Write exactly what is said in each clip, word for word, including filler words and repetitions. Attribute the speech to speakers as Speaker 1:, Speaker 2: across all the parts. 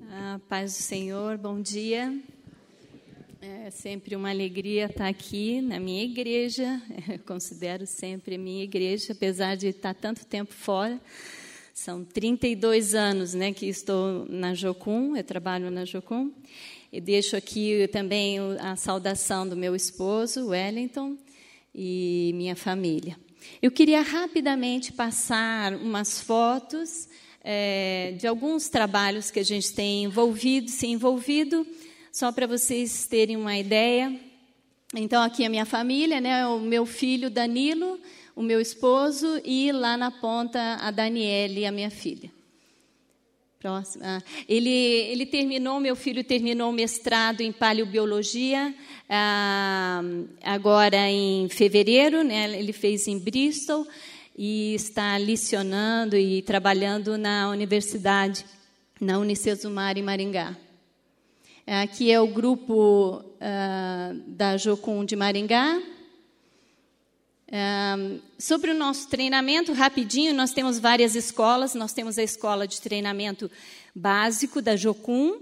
Speaker 1: A paz do Senhor, bom dia. É sempre uma alegria estar aqui na minha igreja. Eu considero sempre a minha igreja, apesar de estar tanto tempo fora. São trinta e dois anos, né, que estou na Jocum, eu trabalho na Jocum. E deixo aqui também a saudação do meu esposo, Wellington, e minha família. Eu queria rapidamente passar umas fotos é, de alguns trabalhos que a gente tem envolvido, se envolvido, só para vocês terem uma ideia. Então, aqui a minha família, né, o meu filho Danilo, o meu esposo, e lá na ponta a Daniele, a minha filha. Próximo. Ah, ele, ele terminou, meu filho terminou o mestrado em paleobiologia, ah, agora em fevereiro, né, ele fez em Bristol, e está licionando e trabalhando na universidade, na Unicesumar, em Maringá. Aqui é o grupo ah, da Jocum de Maringá. Um, sobre o nosso treinamento, rapidinho, nós temos várias escolas. Nós temos a escola de treinamento básico da Jocum,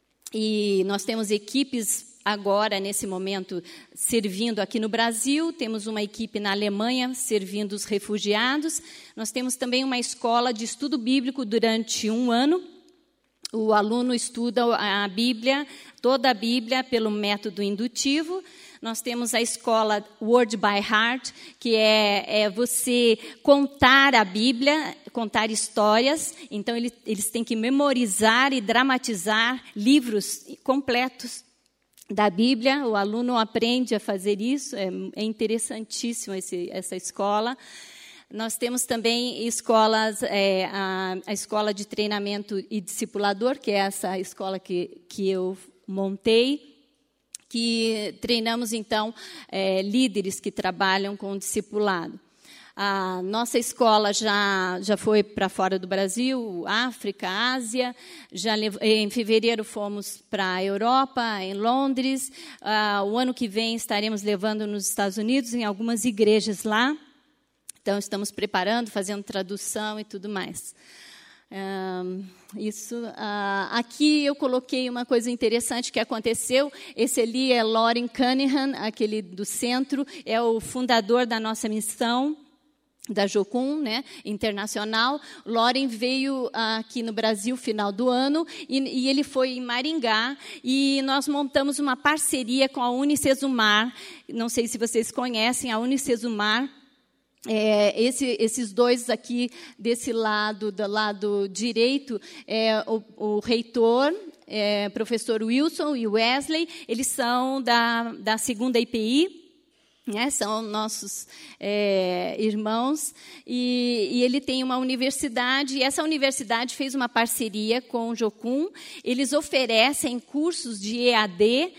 Speaker 1: e nós temos equipes agora, nesse momento, servindo aqui no Brasil. Temos uma equipe na Alemanha servindo os refugiados. Nós temos também uma escola de estudo bíblico durante um ano. O aluno estuda a Bíblia, toda a Bíblia, pelo método indutivo. Nós temos a escola Word by Heart, que é, é você contar a Bíblia, contar histórias. Então, ele, eles têm que memorizar e dramatizar livros completos da Bíblia. O aluno aprende a fazer isso, é, é interessantíssimo esse, essa escola. Nós temos também escolas, é, a, a escola de treinamento e discipulador, que é essa escola que, que eu montei, que treinamos, então, é, líderes que trabalham com o discipulado. A nossa escola já, já foi para fora do Brasil, África, Ásia. Já em fevereiro fomos para a Europa, em Londres. Ah, o ano que vem estaremos levando nos Estados Unidos, em algumas igrejas lá. Então, estamos preparando, fazendo tradução e tudo mais. Um, isso, uh, aqui eu coloquei uma coisa interessante que aconteceu. Esse ali é Loren Cunningham, aquele do centro, é o fundador da nossa missão, da Jocum, né, internacional. Loren veio aqui no Brasil final do ano, e, e ele foi em Maringá, e nós montamos uma parceria com a Unicesumar. Não sei se vocês conhecem a Unicesumar. É, esse, esses dois aqui, desse lado, do lado direito, é, o, o reitor, é, professor Wilson e Wesley, eles são da, da segunda I P I, né, são nossos é, irmãos, e, e ele tem uma universidade, e essa universidade fez uma parceria com o Jocum. Eles oferecem cursos de E A D,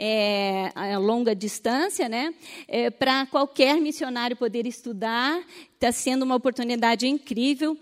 Speaker 1: É, a longa distância, né, é, para qualquer missionário poder estudar. Está sendo uma oportunidade incrível.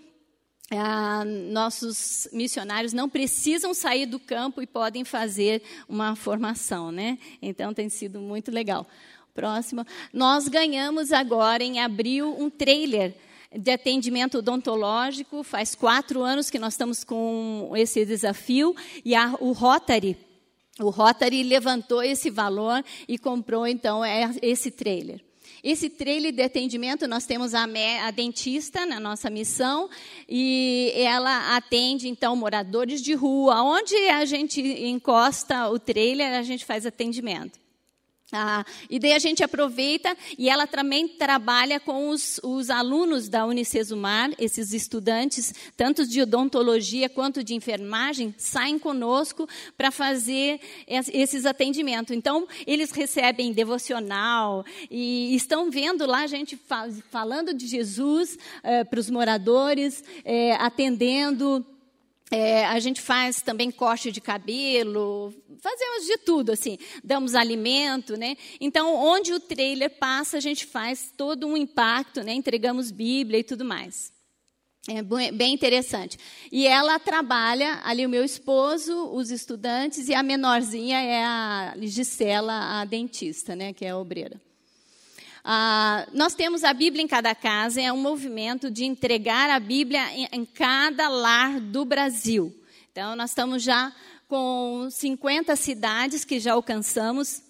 Speaker 1: Ah, nossos missionários não precisam sair do campo e podem fazer uma formação, né? Então, tem sido muito legal. Próximo. Nós ganhamos agora, em abril, um trailer de atendimento odontológico. Faz quatro anos que nós estamos com esse desafio, e a, o Rotary O Rotary levantou esse valor e comprou, então, esse trailer. Esse trailer de atendimento, nós temos a, a dentista na nossa missão, e ela atende, então, moradores de rua. Onde a gente encosta o trailer, a gente faz atendimento. Ah, e daí a gente aproveita, e ela também trabalha com os, os alunos da Unicesumar. Esses estudantes, tanto de odontologia quanto de enfermagem, saem conosco para fazer esses atendimentos. Então, eles recebem devocional e estão vendo lá a gente falando de Jesus eh, para os moradores, eh, atendendo. É, a gente faz também corte de cabelo, fazemos de tudo, assim, damos alimento, né? Então, onde o trailer passa, a gente faz todo um impacto, né? Entregamos Bíblia e tudo mais. É bem interessante. E ela trabalha, ali o meu esposo, os estudantes, e a menorzinha é a Gisela, a dentista, né? Que é a obreira. Ah, nós temos a Bíblia em cada casa, é um movimento de entregar a Bíblia em, em cada lar do Brasil. Então, nós estamos já com cinquenta cidades que já alcançamos,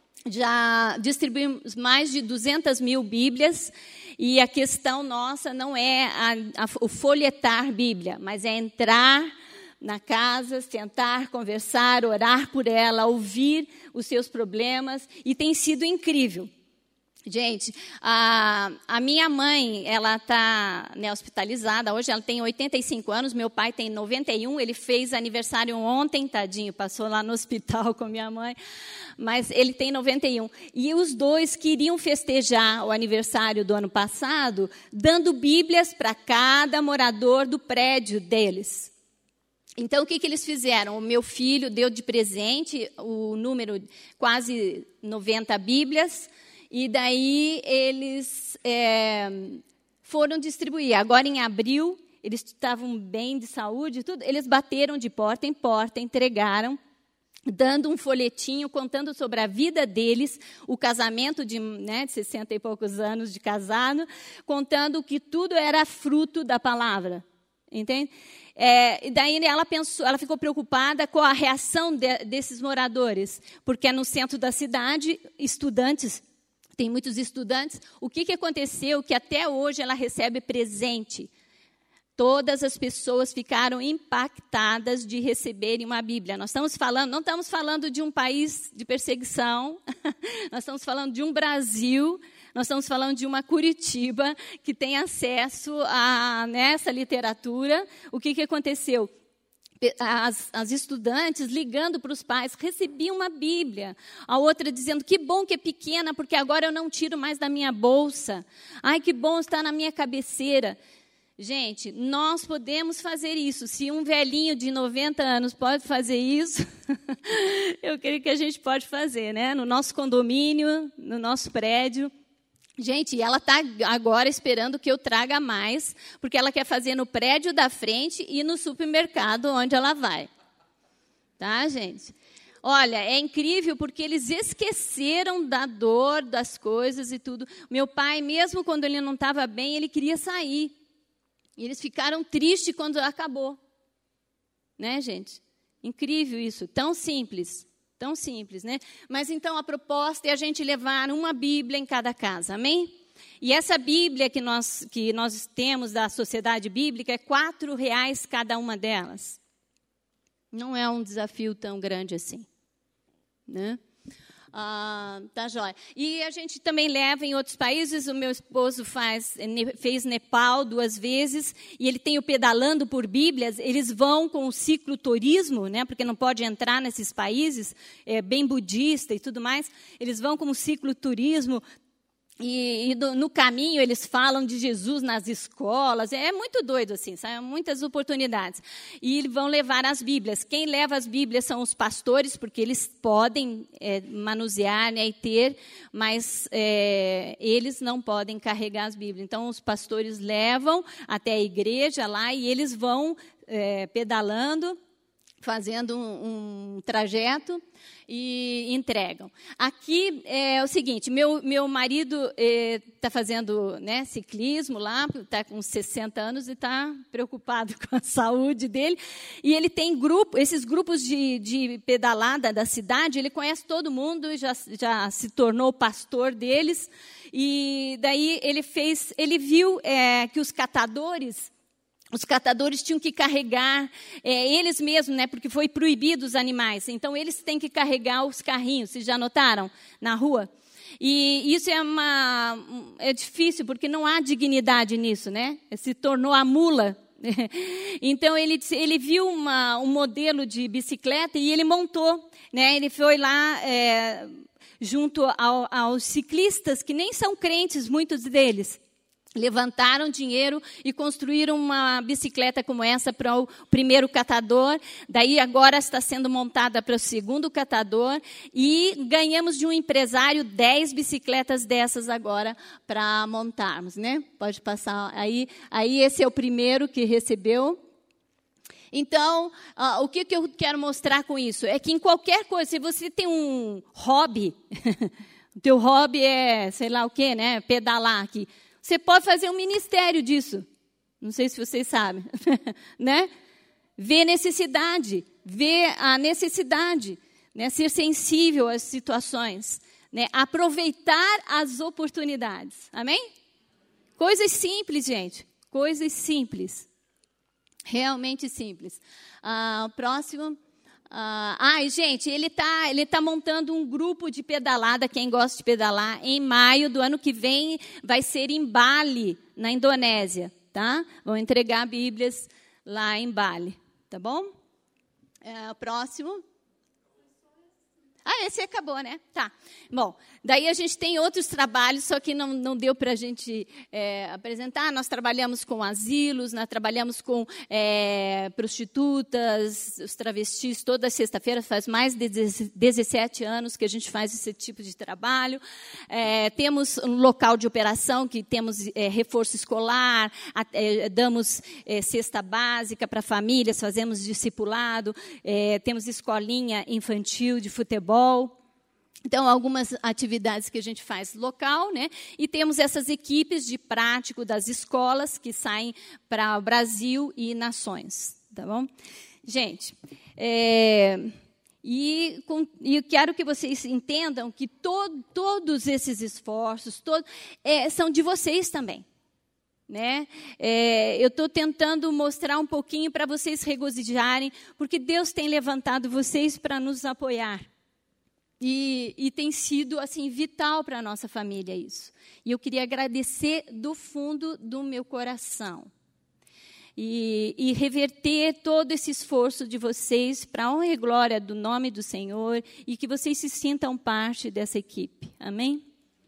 Speaker 1: já distribuímos mais de duzentas mil Bíblias, e a questão nossa não é a, a, o folhetar Bíblia, mas é entrar na casa, sentar, conversar, orar por ela, ouvir os seus problemas, e tem sido incrível. Gente, a, a minha mãe, ela está, né, hospitalizada, hoje ela tem oitenta e cinco anos, meu pai tem noventa e um, ele fez aniversário ontem, tadinho, passou lá no hospital com minha mãe, mas ele tem noventa e um. E os dois queriam festejar o aniversário do ano passado, dando Bíblias para cada morador do prédio deles. Então, o que, que eles fizeram? O meu filho deu de presente o número, quase noventa Bíblias, e daí eles é, foram distribuir. Agora, em abril, eles estavam bem de saúde, tudo. Eles bateram de porta em porta, entregaram, dando um folhetinho, contando sobre a vida deles, o casamento de, né, de sessenta e poucos anos de casado, contando que tudo era fruto da palavra. Entende? É, e daí ela pensou, ela ficou preocupada com a reação de, desses moradores, porque é no centro da cidade, estudantes, tem muitos estudantes. O que, que aconteceu? Que até hoje ela recebe presente. Todas as pessoas ficaram impactadas de receberem uma Bíblia. Nós estamos falando, não estamos falando de um país de perseguição, nós estamos falando de um Brasil, nós estamos falando de uma Curitiba que tem acesso a nessa literatura. O que, que aconteceu? As, as estudantes ligando para os pais, recebi uma Bíblia. A outra dizendo, que bom que é pequena, porque agora eu não tiro mais da minha bolsa. Ai, que bom estar na minha cabeceira. Gente, nós podemos fazer isso. Se um velhinho de noventa anos pode fazer isso, eu creio que a gente pode fazer, né? No nosso condomínio, no nosso prédio. Gente, ela está agora esperando que eu traga mais, porque ela quer fazer no prédio da frente e no supermercado onde ela vai. Tá, gente? Olha, é incrível porque eles esqueceram da dor, das coisas e tudo. Meu pai, mesmo quando ele não estava bem, ele queria sair. E eles ficaram tristes quando acabou. Né, gente? Incrível isso, tão simples. Tão simples, né? Mas, então, a proposta é a gente levar uma Bíblia em cada casa, amém? E essa Bíblia que nós, que nós temos da Sociedade Bíblica é quatro reais cada uma delas. Não é um desafio tão grande assim, né? Ah, tá joia. E a gente também leva em outros países. O meu esposo faz, fez Nepal duas vezes, e ele tem o Pedalando por Bíblias. Eles vão com o cicloturismo, né, porque não pode entrar nesses países, é bem budista e tudo mais. Eles vão com o cicloturismo. E, e do, no caminho eles falam de Jesus nas escolas. É muito doido assim, sabe? Muitas oportunidades. E vão levar as Bíblias. Quem leva as Bíblias são os pastores, porque eles podem é, manusear, né, e ter, mas é, eles não podem carregar as Bíblias. Então os pastores levam até a igreja lá e eles vão é, pedalando, fazendo um, um trajeto e entregam. Aqui é o seguinte, meu, meu marido está é, fazendo, né, ciclismo lá, está com sessenta anos e está preocupado com a saúde dele, e ele tem grupo, esses grupos de, de pedalada da cidade, ele conhece todo mundo, já, já se tornou pastor deles, e daí ele fez, ele viu é, que os catadores Os catadores tinham que carregar, é, eles mesmos, né, porque foi proibido os animais. Então, eles têm que carregar os carrinhos, vocês já notaram? Na rua. E isso é, uma, é difícil, porque não há dignidade nisso, né? Se tornou a mula. Então, ele, ele viu uma, um modelo de bicicleta e ele montou. Né? Ele foi lá é, junto ao, aos ciclistas, que nem são crentes, muitos deles. Levantaram dinheiro e construíram uma bicicleta como essa para o primeiro catador. Daí agora está sendo montada para o segundo catador. E ganhamos de um empresário dez bicicletas dessas agora para montarmos, né? Pode passar aí. Aí esse é o primeiro que recebeu. Então, uh, o que, que eu quero mostrar com isso? É que em qualquer coisa, se você tem um hobby, o teu hobby é, sei lá o quê, né? Pedalar aqui. Você pode fazer um ministério disso. Não sei se vocês sabem, né? ver necessidade, ver a necessidade, né? Ser sensível às situações, né? Aproveitar as oportunidades. Amém? Coisas simples, gente. Coisas simples. Realmente simples. Ah, o próximo. Ah, ai, gente, ele está ele tá montando um grupo de pedalada, quem gosta de pedalar, em maio do ano que vem, vai ser em Bali, na Indonésia, tá? Vão entregar Bíblias lá em Bali, tá bom? É, o próximo. Ah, esse acabou, né? Tá. Bom, daí a gente tem outros trabalhos, só que não, não deu para a gente é, apresentar. Nós trabalhamos com asilos, nós trabalhamos com é, prostitutas, os travestis, toda sexta-feira, faz mais de dezessete anos que a gente faz esse tipo de trabalho. É, temos um local de operação, que temos é, reforço escolar, é, damos é, cesta básica para famílias, fazemos discipulado, é, temos escolinha infantil de futebol. Então, algumas atividades que a gente faz local, né? E temos essas equipes de prático das escolas que saem para o Brasil e nações, tá bom? Gente, é, e, com, e quero que vocês entendam que to, todos esses esforços todo, é, são de vocês também. Né? É, eu estou tentando mostrar um pouquinho para vocês regozijarem, porque Deus tem levantado vocês para nos apoiar. E, e tem sido assim vital para a nossa família isso. E eu queria agradecer do fundo do meu coração. E, e reverter todo esse esforço de vocês para a honra e glória do nome do Senhor e que vocês se sintam parte dessa equipe. Amém?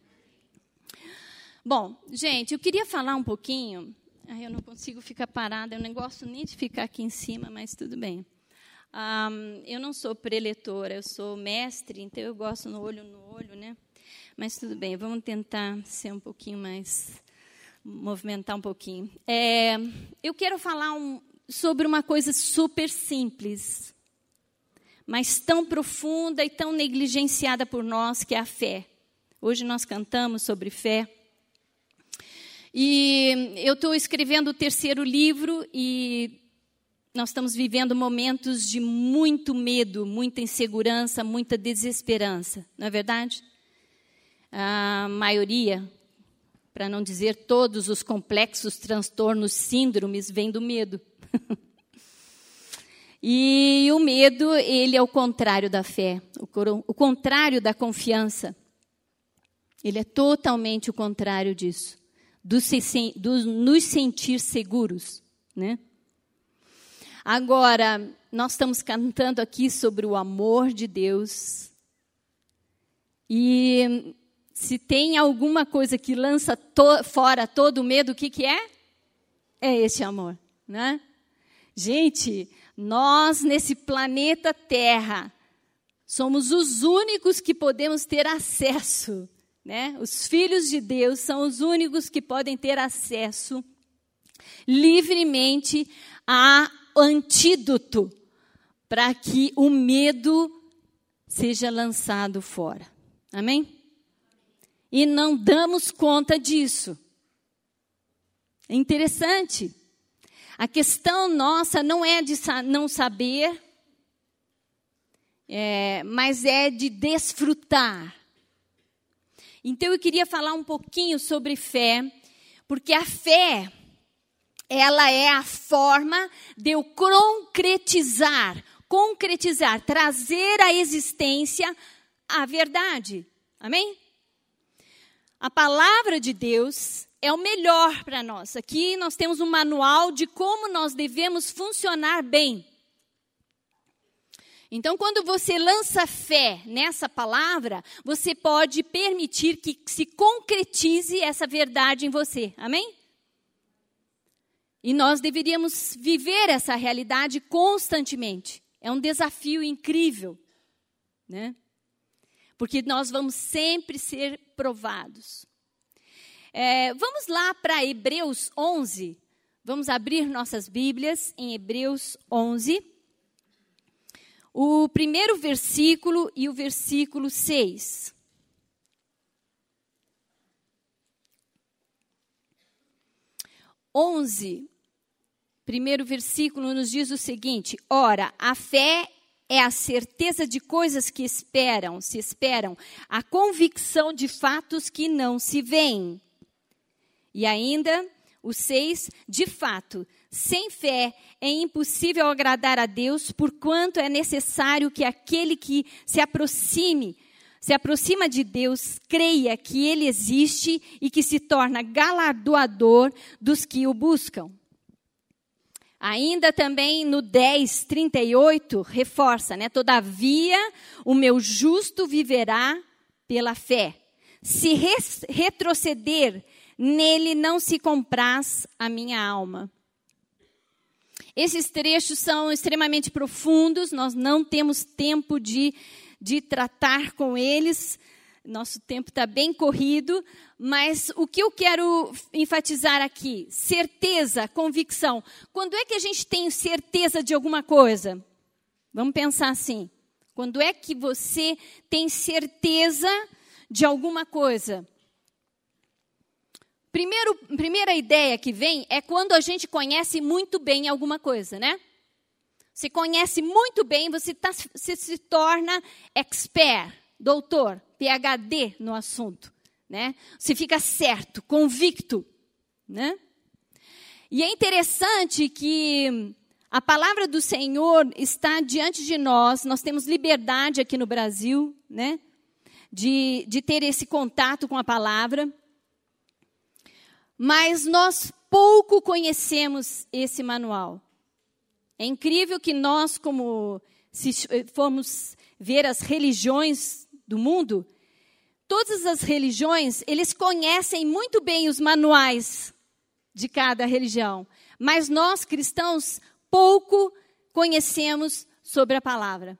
Speaker 1: Bom, gente, eu queria falar um pouquinho. Ai, eu não consigo ficar parada, eu não gosto nem de ficar aqui em cima, mas tudo bem. Um, eu não sou preletora, eu sou mestre, então eu gosto no olho no olho, né? Mas tudo bem, vamos tentar ser um pouquinho mais, movimentar um pouquinho. É, eu quero falar um, sobre uma coisa super simples, mas tão profunda e tão negligenciada por nós, que é a fé. Hoje nós cantamos sobre fé. E eu estou escrevendo o terceiro livro e nós estamos vivendo momentos de muito medo, muita insegurança, muita desesperança, não é verdade? A maioria, para não dizer todos os complexos transtornos, síndromes, vêm do medo. E o medo, ele é o contrário da fé, o contrário da confiança. Ele é totalmente o contrário disso, do, se, do nos sentir seguros, né? Agora, nós estamos cantando aqui sobre o amor de Deus. E se tem alguma coisa que lança to, fora todo o medo, o que, que é? É esse amor, né? Gente, nós nesse planeta Terra somos os únicos que podemos ter acesso, né? Os filhos de Deus são os únicos que podem ter acesso livremente a antídoto para que o medo seja lançado fora. Amém? E não damos conta disso. É interessante. A questão nossa não é de não saber, é, mas é de desfrutar. Então eu queria falar um pouquinho sobre fé, porque a fé, ela é a forma de eu concretizar, concretizar, trazer à existência a verdade. Amém? A palavra de Deus é o melhor para nós. Aqui nós temos um manual de como nós devemos funcionar bem. Então, quando você lança fé nessa palavra, você pode permitir que se concretize essa verdade em você. Amém? E nós deveríamos viver essa realidade constantemente. É um desafio incrível, né? Porque nós vamos sempre ser provados. É, vamos lá para Hebreus onze. Vamos abrir nossas Bíblias em Hebreus onze. O primeiro versículo e o versículo seis. onze primeiro versículo nos diz o seguinte: ora, a fé é a certeza de coisas que esperam, se esperam, a convicção de fatos que não se veem. E ainda, o seis, de fato, sem fé é impossível agradar a Deus, porquanto é necessário que aquele que se aproxime, se aproxima de Deus, creia que Ele existe e que se torna galardoador dos que o buscam. Ainda também no dez, trinta e oito, reforça, né? Todavia, o meu justo viverá pela fé. Se res- retroceder, nele não se compraz a minha alma. Esses trechos são extremamente profundos, nós não temos tempo de, de tratar com eles, nosso tempo está bem corrido, mas o que eu quero enfatizar aqui, certeza, convicção. Quando é que a gente tem certeza de alguma coisa? Vamos pensar assim, quando é que você tem certeza de alguma coisa? Primeiro, primeira ideia que vem é quando a gente conhece muito bem alguma coisa, né? Você conhece muito bem, você, tá, você se torna expert, doutor, P H D no assunto, né? Você fica certo, convicto, né? E é interessante que a palavra do Senhor está diante de nós, nós temos liberdade aqui no Brasil, né? De, de ter esse contato com a palavra. Mas nós pouco conhecemos esse manual. É incrível que nós, como se formos ver as religiões do mundo, todas as religiões, eles conhecem muito bem os manuais de cada religião. Mas nós, cristãos, pouco conhecemos sobre a palavra.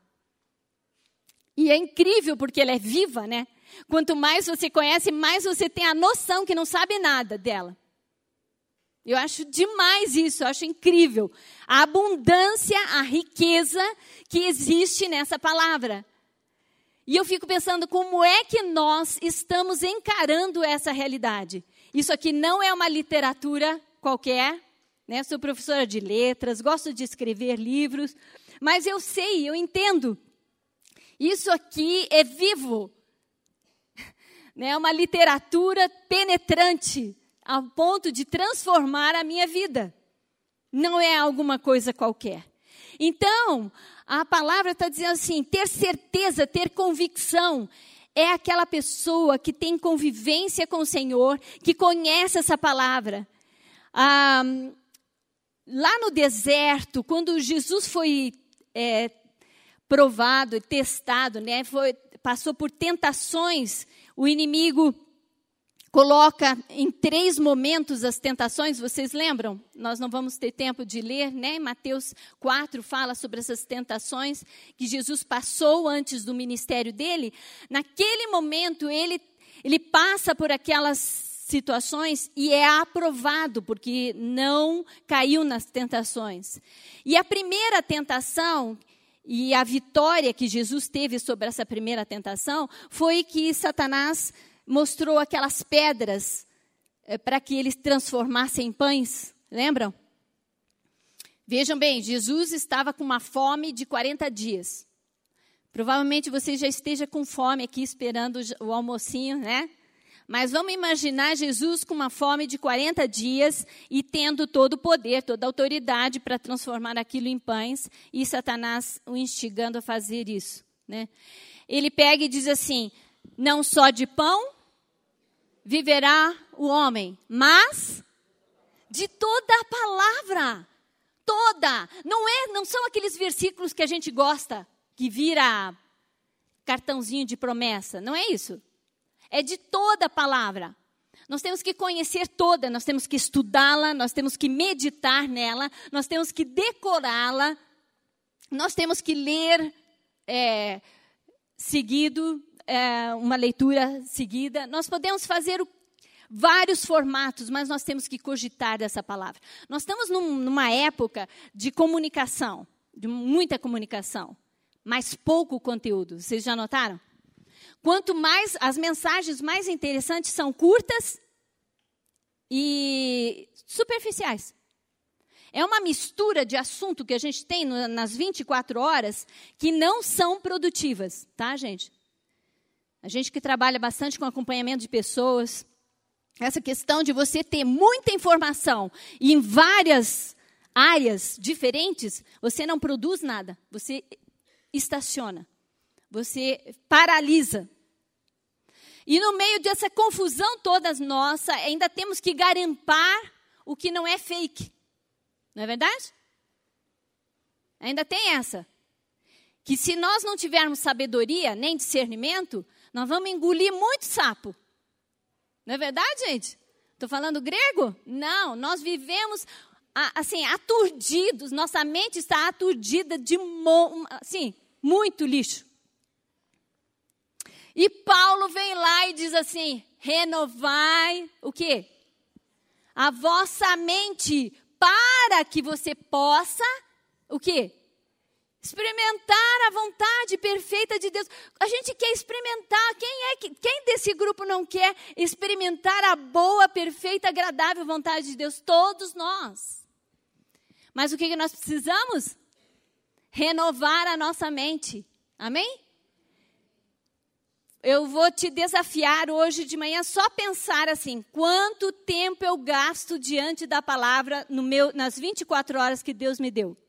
Speaker 1: E é incrível porque ela é viva, né? Quanto mais você conhece, mais você tem a noção que não sabe nada dela. Eu acho demais isso, eu acho incrível. A abundância, a riqueza que existe nessa palavra. E eu fico pensando como é que nós estamos encarando essa realidade. Isso aqui não é uma literatura qualquer, né? Sou professora de letras, gosto de escrever livros, mas eu sei, eu entendo. Isso aqui é vivo. É uma literatura penetrante, ao ponto de transformar a minha vida. Não é alguma coisa qualquer. Então, a palavra está dizendo assim, ter certeza, ter convicção, é aquela pessoa que tem convivência com o Senhor, que conhece essa palavra. Ah, lá no deserto, quando Jesus foi é, provado e testado, né, foi, passou por tentações, o inimigo coloca em três momentos as tentações, vocês lembram? Nós não vamos ter tempo de ler, né? Mateus quatro fala sobre essas tentações que Jesus passou antes do ministério dele. Naquele momento, ele, ele passa por aquelas situações e é aprovado, porque não caiu nas tentações. E a primeira tentação, e a vitória que Jesus teve sobre essa primeira tentação, foi que Satanás mostrou aquelas pedras é, para que eles transformassem em pães. Lembram? Vejam bem, Jesus estava com uma fome de quarenta dias. Provavelmente você já esteja com fome aqui esperando o almocinho, né? Mas vamos imaginar Jesus com uma fome de quarenta dias e tendo todo o poder, toda a autoridade para transformar aquilo em pães e Satanás o instigando a fazer isso, né? Ele pega e diz assim, não só de pão viverá o homem, mas de toda a palavra, toda. Não é, não são aqueles versículos que a gente gosta, que vira cartãozinho de promessa, não é isso. É de toda a palavra. Nós temos que conhecer toda, nós temos que estudá-la, nós temos que meditar nela, nós temos que decorá-la, nós temos que ler é, seguido, é, uma leitura seguida. Nós podemos fazer o, vários formatos, mas nós temos que cogitar dessa palavra. Nós estamos num, numa época de comunicação, de muita comunicação, mas pouco conteúdo. Vocês já notaram? Quanto mais, as mensagens mais interessantes são curtas e superficiais. É uma mistura de assunto que a gente tem no, nas vinte e quatro horas que não são produtivas, tá, gente? A gente que trabalha bastante com acompanhamento de pessoas, essa questão de você ter muita informação e em várias áreas diferentes, você não produz nada, você estaciona, você paralisa. E no meio dessa confusão toda nossa, ainda temos que garimpar o que não é fake. Não é verdade? Ainda tem essa. Que se nós não tivermos sabedoria, nem discernimento, nós vamos engolir muito sapo. Não é verdade, gente? Estou falando grego? Não, nós vivemos assim, aturdidos. Nossa mente está aturdida de assim, muito lixo. E Paulo vem lá e diz assim, renovai o quê? A vossa mente, para que você possa, o quê? Experimentar a vontade perfeita de Deus. A gente quer experimentar. Quem é que, quem desse grupo não quer experimentar a boa, perfeita, agradável vontade de Deus? Todos nós. Mas o que, que nós precisamos? Renovar a nossa mente. Amém? Eu vou te desafiar hoje de manhã só pensar assim, quanto tempo eu gasto diante da palavra no meu, nas vinte e quatro horas que Deus me deu.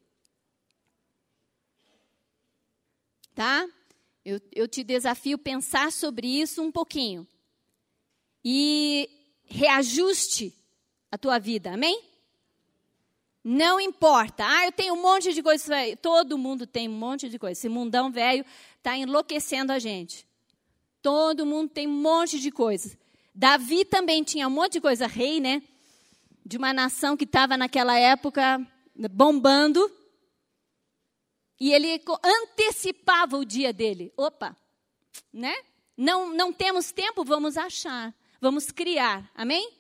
Speaker 1: Tá? Eu, eu te desafio pensar sobre isso um pouquinho. E reajuste a tua vida, amém? Não importa. Ah, eu tenho um monte de coisa. Todo mundo tem um monte de coisa. Esse mundão velho está enlouquecendo a gente. Todo mundo tem um monte de coisa. Davi também tinha um monte de coisa. Rei, né? De uma nação que estava naquela época bombando. E ele antecipava o dia dele. Opa, né? Não, não temos tempo, vamos achar. Vamos criar. Amém?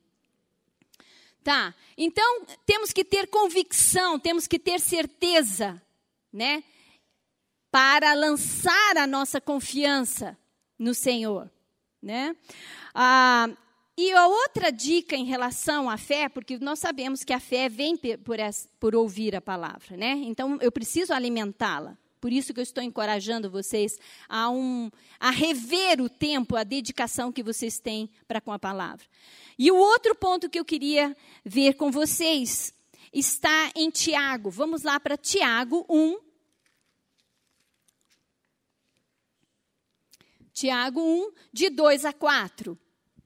Speaker 1: Tá. Então, temos que ter convicção, temos que ter certeza, né? Para lançar a nossa confiança no Senhor, né? Ah, e a outra dica em relação à fé, porque nós sabemos que a fé vem por, essa, por ouvir a palavra, né? Então, eu preciso alimentá-la. Por isso que eu estou encorajando vocês a, um, a rever o tempo, a dedicação que vocês têm para com a palavra. E o outro ponto que eu queria ver com vocês está em Tiago. Vamos lá para Tiago um. Tiago um, de dois a quatro.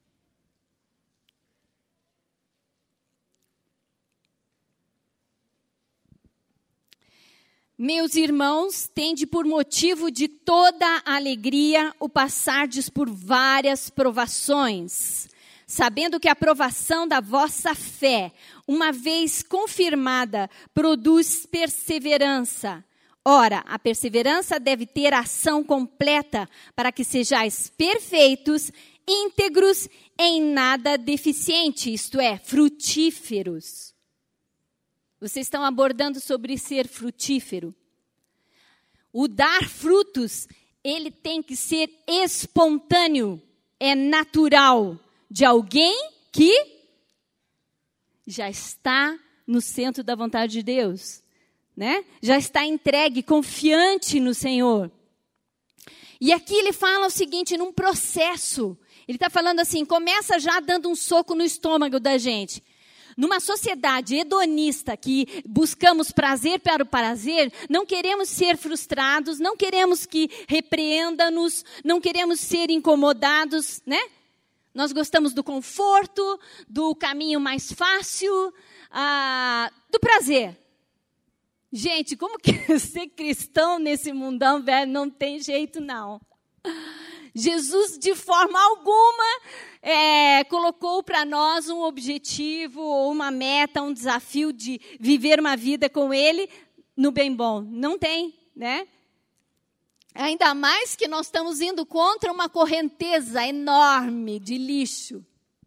Speaker 1: Meus irmãos, tende por motivo de toda alegria o passardes por várias provações, sabendo que a provação da vossa fé, uma vez confirmada, produz perseverança. Ora, a perseverança deve ter ação completa para que sejais perfeitos, íntegros, em nada deficiente, isto é, frutíferos. Vocês estão abordando sobre ser frutífero. O dar frutos, ele tem que ser espontâneo, é natural, de alguém que já está no centro da vontade de Deus. Né? Já está entregue, confiante no Senhor. E aqui ele fala o seguinte, num processo. Ele está falando assim, começa já dando um soco no estômago da gente. Numa sociedade hedonista que buscamos prazer para o prazer, não queremos ser frustrados, não queremos que repreenda-nos, não queremos ser incomodados, né? Nós gostamos do conforto, do caminho mais fácil, ah, do prazer. Gente, como que ser cristão nesse mundão, velho, não tem jeito, não. Jesus, de forma alguma, é, colocou para nós um objetivo, uma meta, um desafio de viver uma vida com Ele no bem bom. Não tem, né? Ainda mais que nós estamos indo contra uma correnteza enorme de lixo.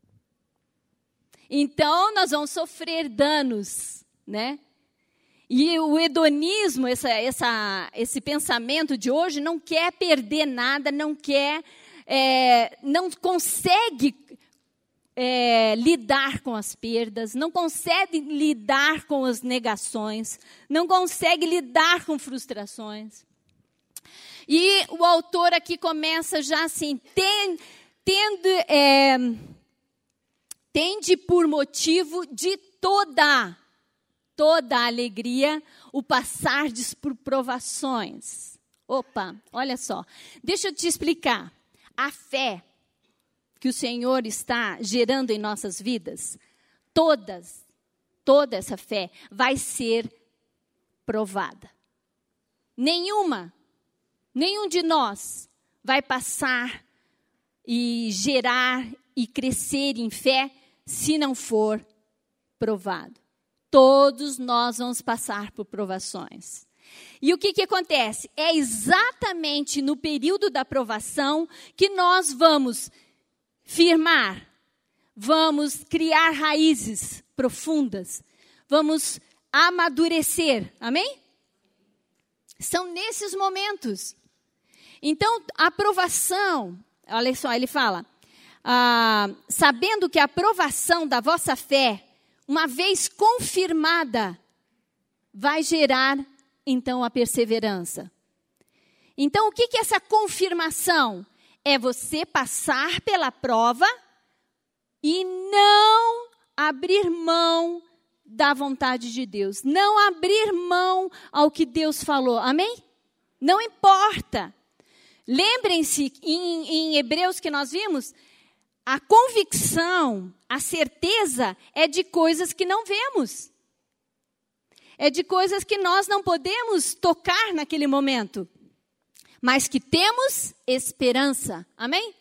Speaker 1: Então, nós vamos sofrer danos, né? E o hedonismo, essa, essa, esse pensamento de hoje, não quer perder nada, não quer, é, não consegue é, lidar com as perdas, não consegue lidar com as negações, não consegue lidar com frustrações. E o autor aqui começa já assim, ten, tendo, é, tende por motivo de toda, toda alegria o passardes por provações. Opa, olha só, deixa eu te explicar. A fé que o Senhor está gerando em nossas vidas, todas, toda essa fé vai ser provada. Nenhuma, nenhum de nós vai passar e gerar e crescer em fé se não for provado. Todos nós vamos passar por provações. E o que, que acontece? É exatamente no período da provação que nós vamos firmar, vamos criar raízes profundas, vamos amadurecer, amém? São nesses momentos. Então, a aprovação, olha só, ele fala, ah, sabendo que a aprovação da vossa fé, uma vez confirmada, vai gerar, então, a perseverança. Então, o que, que é essa confirmação? É você passar pela prova e não abrir mão da vontade de Deus. Não abrir mão ao que Deus falou. Amém? Não importa. Lembrem-se, em, em Hebreus que nós vimos, a convicção, a certeza é de coisas que não vemos. É de coisas que nós não podemos tocar naquele momento. Mas que temos esperança. Amém?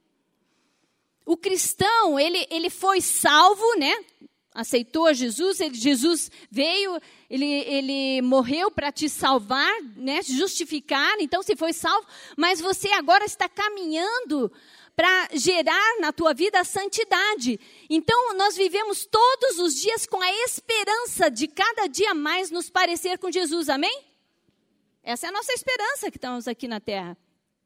Speaker 1: O cristão, ele, ele foi salvo, né? Aceitou Jesus, ele, Jesus veio, ele, ele morreu para te salvar, né? Justificar, então você foi salvo. Mas você agora está caminhando para gerar na tua vida a santidade. Então, nós vivemos todos os dias com a esperança de cada dia mais nos parecer com Jesus. Amém? Essa é a nossa esperança que estamos aqui na terra.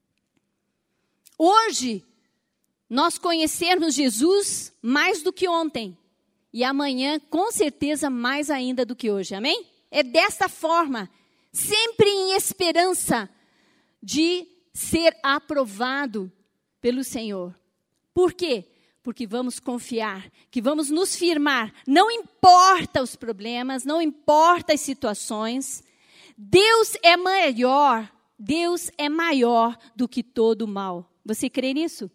Speaker 1: Hoje, nós conhecermos Jesus mais do que ontem. E amanhã, com certeza, mais ainda do que hoje. Amém? É desta forma, sempre em esperança de ser aprovado pelo Senhor. Por quê? Porque vamos confiar, que vamos nos firmar. Não importa os problemas, não importa as situações. Deus é maior, Deus é maior do que todo o mal. Você crê nisso?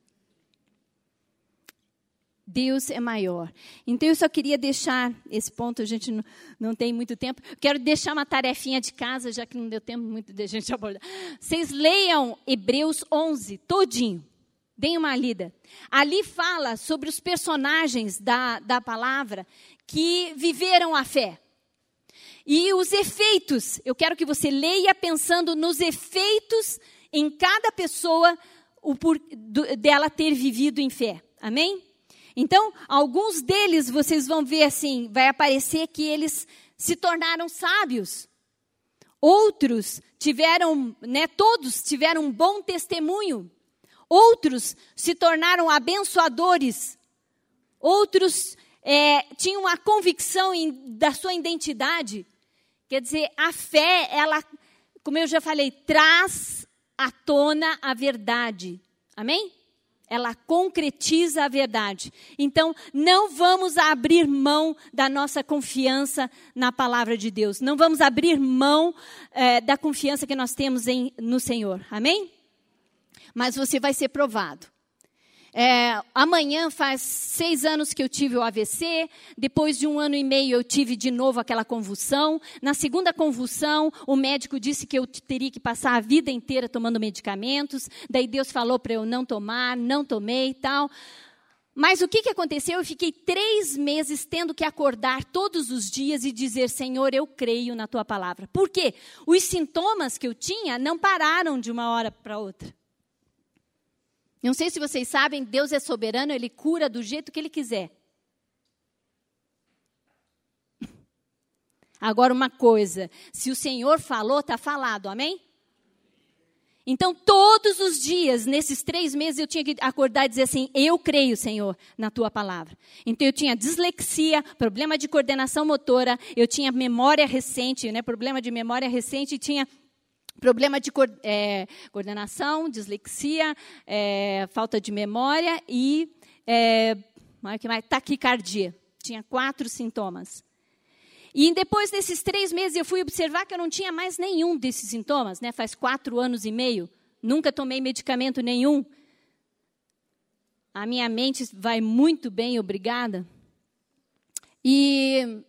Speaker 1: Deus é maior. Então, eu só queria deixar esse ponto, a gente não, não tem muito tempo. Quero deixar uma tarefinha de casa, já que não deu tempo muito de a gente abordar. Vocês leiam Hebreus onze, todinho. Deem uma lida. Ali fala sobre os personagens da, da palavra que viveram a fé. E os efeitos, eu quero que você leia pensando nos efeitos em cada pessoa o por, do, dela ter vivido em fé. Amém? Então, alguns deles vocês vão ver assim, vai aparecer que eles se tornaram sábios. Outros tiveram, né, todos tiveram um bom testemunho. Outros se tornaram abençoadores. Outros é, tinham a convicção em, da sua identidade. Quer dizer, a fé, ela, como eu já falei, traz à tona a verdade. Amém? Ela concretiza a verdade. Então, não vamos abrir mão da nossa confiança na palavra de Deus. Não vamos abrir mão é, da confiança que nós temos em, no Senhor. Amém? Mas você vai ser provado. É, amanhã faz seis anos que eu tive o A V C, depois de um ano e meio eu tive de novo aquela convulsão. Na segunda convulsão, o médico disse que eu teria que passar a vida inteira tomando medicamentos. Daí Deus falou para eu não tomar, não tomei e tal. Mas o que, que aconteceu? Eu fiquei três meses tendo que acordar todos os dias e dizer, Senhor, eu creio na Tua palavra. Por quê? Os sintomas que eu tinha não pararam de uma hora para outra. Não sei se vocês sabem, Deus é soberano, Ele cura do jeito que Ele quiser. Agora uma coisa, se o Senhor falou, está falado, amém? Então, todos os dias, nesses três meses, eu tinha que acordar e dizer assim, eu creio, Senhor, na tua palavra. Então, eu tinha dislexia, problema de coordenação motora, eu tinha memória recente, né, problema de memória recente, e tinha problema de é, coordenação, dislexia, é, falta de memória e é, taquicardia. Tinha quatro sintomas. E depois desses três meses, eu fui observar que eu não tinha mais nenhum desses sintomas, né? Faz quatro anos e meio, nunca tomei medicamento nenhum. A minha mente vai muito bem, obrigada. E...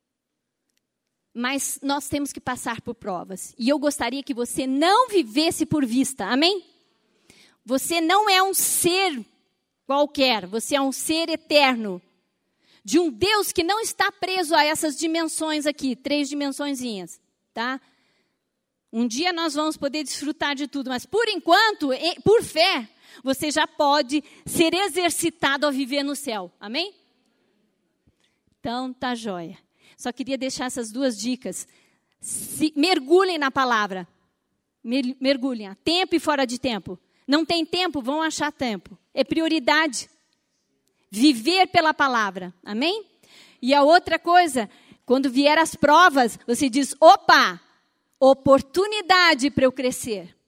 Speaker 1: Mas nós temos que passar por provas. E eu gostaria que você não vivesse por vista, amém? Você não é um ser qualquer, você é um ser eterno. De um Deus que não está preso a essas dimensões aqui, três dimensõezinhas, tá? Um dia nós vamos poder desfrutar de tudo, mas por enquanto, por fé, você já pode ser exercitado a viver no céu, amém? Então, tá joia. Só queria deixar essas duas dicas. Se, mergulhem na palavra, Mer, mergulhem, a tempo e fora de tempo. Não tem tempo, vão achar tempo. É prioridade. Viver pela palavra, amém? E a outra coisa, quando vier as provas, você diz, opa, oportunidade para eu crescer.